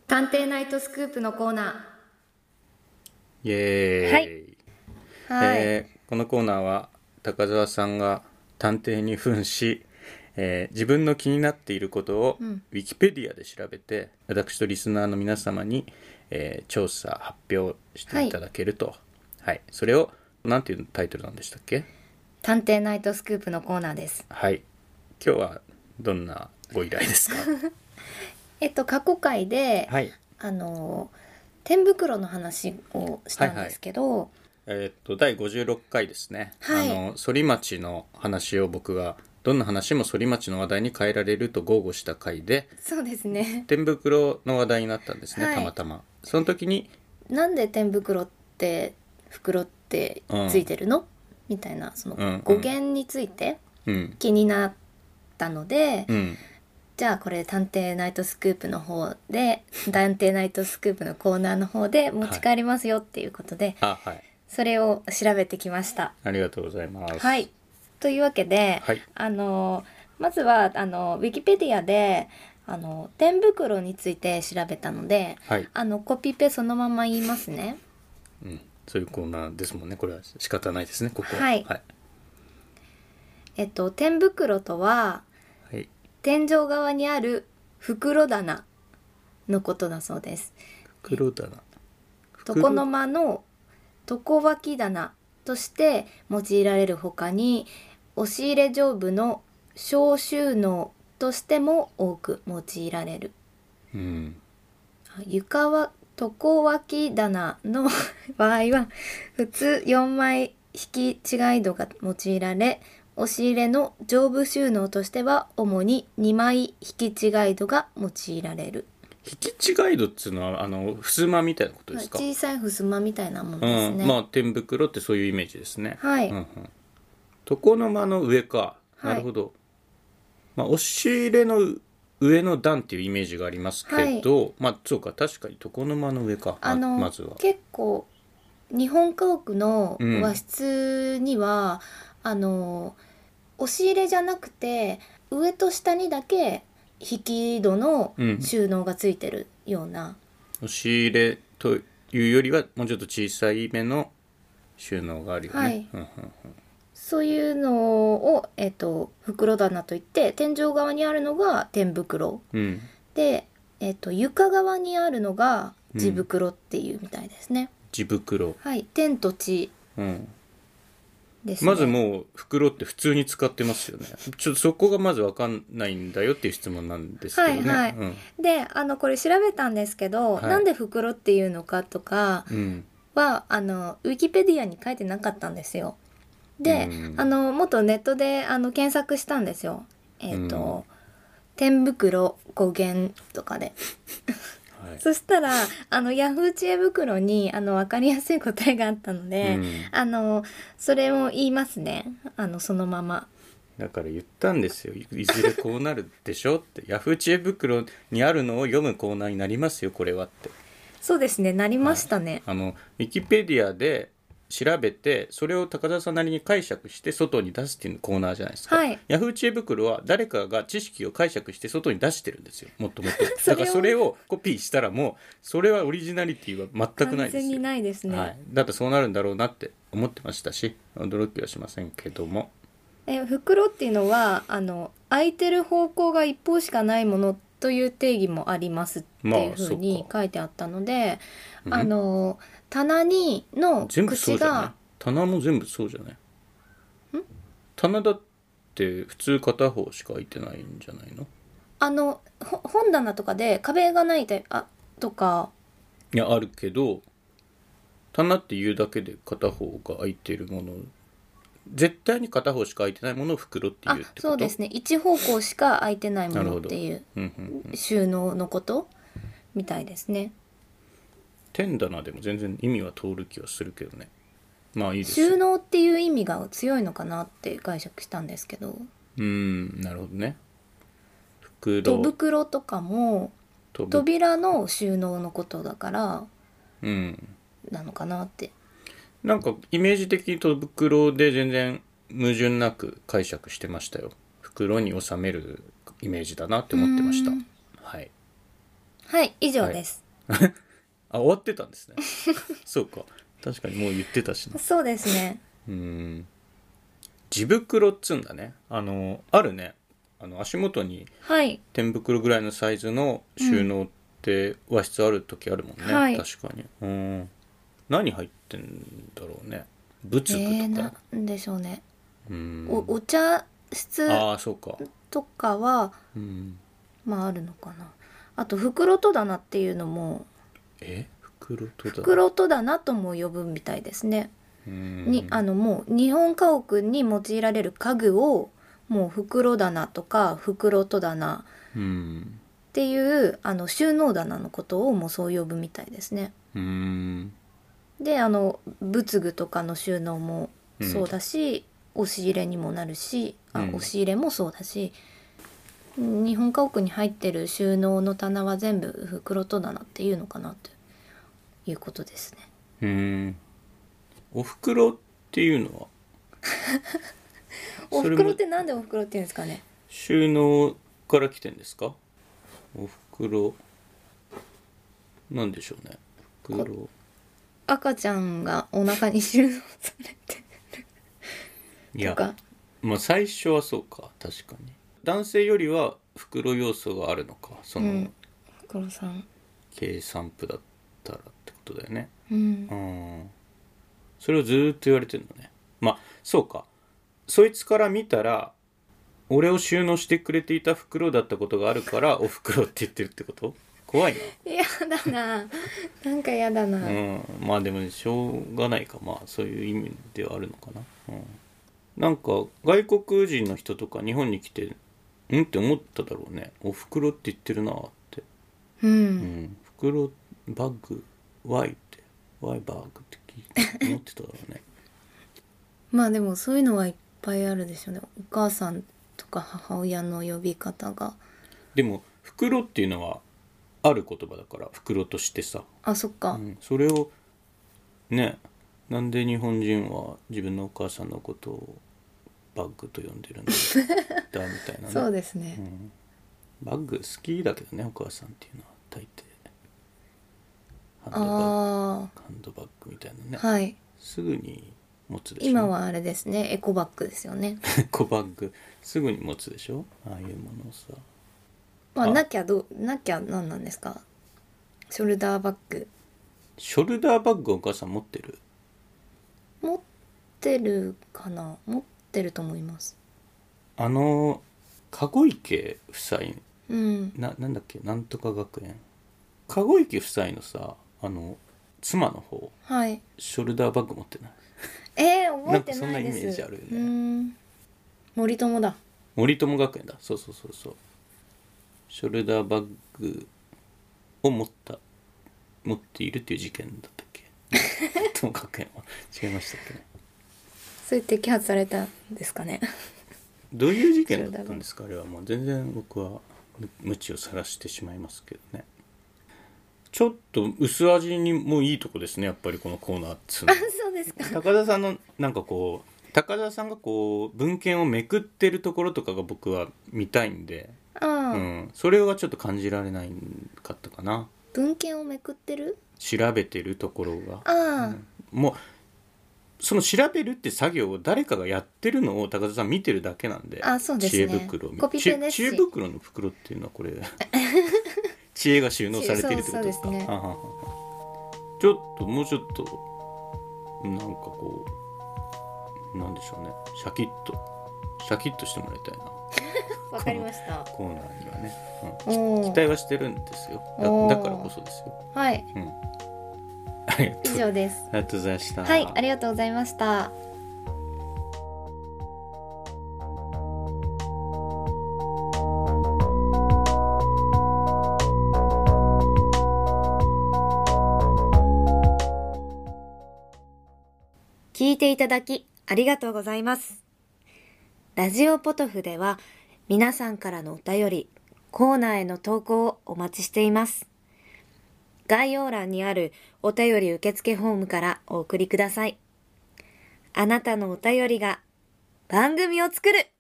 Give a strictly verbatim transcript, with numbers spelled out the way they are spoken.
探偵ナイトスクープのコーナイエーイ、 はいはい、 えーこのコーナーは高澤さんが探偵に扮し、えー自分の気になっていることをうん、 ウィキペディアで調べて、私とリスナーの皆様に、えー調査発表していただけると、はいそれをなんていうタイトルなんでしたっけ？ 探偵ナイトスクープのコーナーです。 はい今日はどんなご依頼ですか？ えっと過去回で、 はいあの天袋の話をしたんですけど、 えーっとだいごじゅうろっかいですね、 はい、 あの反町の話を僕がどんな話も反町の話題に変えられると豪語した回でそうですね。 天袋の話題になったんですね、 はい、 たまたまその時になんで天袋って袋ってついてるの、みたいなそのうんうん語源についてうん気になったので、 うんじゃあこれ探偵ナイトスクープの方で探偵ナイトスクープのコーナーの方で持ち帰りますよっていうことで、 あはいそれを調べてきました。 ありがとうございます。 はい。というわけで、 はいあのまずはあのウィキペディアであの天袋について調べたので、 はいあのコピペそのまま言いますね。 うん、そういうコーナーですもんね。これは仕方ないですね、ここは。 はいはいえっと天袋とははい天井側にある袋棚のことだそうです。 袋棚床の間の床脇棚として用いられるほかに、押し入れ上部の小収納としても多く用いられる。 うん床は床脇棚の場合は普通よんまい引き違い戸が用いられ、押し入れの上部収納としては主ににまい引き違い戸が用いられる。 引き違い戸っていうのはあの襖みたいなことですか？ 小さい襖みたいなものですね。 うん、まあ天袋ってそういうイメージですね。 はいうんうん、床の間の上か、 はいなるほど。まあ押し入れの上の段っていうイメージがありますけど、まあそうか、確かに床の間の上か、まあの、 まずは。 結構日本家屋のうん和室には、あの押し入れじゃなくて上と下にだけ引き戸の収納がついてるような、 押し入れというよりはもうちょっと小さいめの収納があるよね。 はいうんうんそういうのを、えっと、袋棚といって、天井側にあるのが天袋うんうん、 で、えっと、床側にあるのが地袋っていうみたいですね。 地袋、 はい、天と地うんですね。 まずもう袋って普通に使ってますよね。ちょっとそこがまず分かんないんだよっていう質問なんですけどね。 はいはいうんで、あのこれ調べたんですけど、 はいなんで袋っていうのかとかうんはあのウィキペディアに書いてなかったんですよ。で、 うんあのもっとネットであの検索したんですよ。えっ、と、 うん天袋語源とかで。 はいそしたらあのヤフー知恵袋にあの分かりやすい答えがあったので、 うんあのそれも言いますね。あのそのまま。 だから言ったんですよ。いいずれこうなるでしょって。ヤフー知恵袋にあるのを読むコーナーになりますよ、これはって。 そうですね、なりましたね。 あのウィキペディアで調べて、それを高田さんなりに解釈して外に出すっていうコーナーじゃないですか。 はいヤフー知恵袋は誰かが知識を解釈して外に出してるんですよ、もっともっと。 それをだからそれをコピーしたらもうそれはオリジナリティは全くないですよ。 完全にないですね。 はい、だってそうなるんだろうなって思ってましたし、驚きはしませんけども。 え袋っていうのはあの空いてる方向が一方しかないものという定義もありますっていうふうにまあそっか書いてあったので、 うんあの棚にの全部そう口じゃないが。 棚も全部そうじゃない棚だって普通片方しか開いてないんじゃないの？ あのほ本棚とかで壁がないであとか。 いやあるけど、棚っていうだけで片方が開いてるもの、絶対に片方しか開いてないものを袋っていうあってこと？ そうですね、一方向しか空いてないもなるほど。 のっていううんうんうん、 収納のことみたいですね。 天棚でも全然意味は通る気はするけどね。まあいいですよ。 収納っていう意味が強いのかなって解釈したんですけど、 うーんなるほどね。袋戸袋とかもとぶ扉の収納のことだからうんなのかなって。 なんかイメージ的に戸袋で全然矛盾なく解釈してましたよ。袋に収めるイメージだなって思ってました。 うーんはいはい以上です、 あ、終わってたんですね。そうか、確かにもう言ってたしな。 そうですね。 うーん、地袋っつうんだね。あのあるね、あの足元にはい天袋ぐらいのサイズの収納って和室ある時あるもんね、 はい確かに。うん、何入ってんだろうね。仏具えー、 とか、 なんでしょうね。 うーん、 おお茶室ああそうか、 とかはうん、 まああるのかな。あと袋戸棚っていうのもえ袋とだ、 袋戸棚とも呼ぶみたいですね。 うーん、 にあのもう日本家屋に用いられる家具をもう袋棚とか袋戸棚うんっていうあの収納棚のことをもうそう呼ぶみたいですね。 うーんであの仏具とかの収納もそうだし、押し入れにもなるし、あ、 うん押し入れもそうだし、日本家屋に入ってる収納の棚は全部袋戸棚っていうのかなということですね。 うーん、お袋っていうのはおそれも袋ってなんでお袋っていうんですかね。 収納から来てんですか？お袋なんでしょうね。袋、 赤ちゃんがお腹に収納されていや、 とか。 まあ最初はそうか、確かに男性よりは袋要素があるのか、その、 うん、袋さん。 計算譜だったらってことだよね。 うん、 うんそれをずーっと言われてるのね。まあそうか、そいつから見たら俺を収納してくれていた袋だったことがあるからお袋って言ってるってこと？怖いやだな、なんかやだな、 な。うんまあでもしょうがないか、まあそういう意味ではあるのかな。うんなんか外国人の人とか日本に来てんって思っただろうね。お袋って言ってるなって。 うん、 うん、袋バッグ Y って Y バッグって聞い思ってただろうね。 まあでもそういうのはいっぱいあるでしょうね。お母さんとか母親の呼び方が。 でも袋っていうのはある言葉だから袋としてさ、 あ、そっか、 うん、それをね、なんで日本人は自分のお母さんのことをバッグと呼んでるんだだみたいなね。 そうですね、 うん、バッグ好きだけどね、お母さんっていうのは大抵ハンドバッグ、 あハンドバッグみたいなね、 あ、はい。 すぐに持つでしょ。 今はあれですね、エコバッグですよね。 エコバッグすぐに持つでしょ、ああいうものをさ。 まああなきゃどうなきゃ何なんですか。ショルダーバッグショルダーバッグお母さん持ってる？ 持ってるかな、持ってると思います。 あの籠池夫妻うんな、なんだっけ、なんとか学園、籠池夫妻のさ、あの妻の方はい。 ショルダーバッグ持ってない？ えー、覚えてないです。 なんかそんなイメージあるよね。 うーん、森友だ。 森友学園だ、そうそうそうそう。ショルダーバッグを持った持っているっていう事件だったっけ？森友学園は違いましたっけね。 そうやって摘発されたんですかね。 どういう事件だったんですかあれは。もう全然僕は無知を晒してしまいますけどね。ちょっと薄味にもいいとこですね、やっぱりこのコーナーっつうのあ、そうですか。 高田さんのなんかこう高田さんがこう文献をめくってるところとかが僕は見たいんで、 ああ、 うん、それはちょっと感じられないかったかな。 文献をめくってる。 調べてるところが、 ああ、 うんもうその調べるって作業を誰かがやってるのを高田さん見てるだけなんで、 あ、そうですね。 知恵袋を見コピペですし。 知恵知恵袋の袋っていうのはこれ知恵が収納されてるってことですか。 そうそうですねはははちょっともうちょっとなんかこうなんでしょうね、シャキッとシャキッとしてもらいたいな。 わかりました。 コーナーにはね、 おーうん、期待はしてるんですよ。 おーだだからこそですよ。 はい、 うん、ありがとう以上です。 ありがとうございました。 はい、ありがとうございました。聞いていただきありがとうございます。ラジオポトフでは皆さんからのお便り、コーナーへの投稿をお待ちしています。概要欄にあるお便り受付フォームからお送りください。あなたのお便りが番組を作る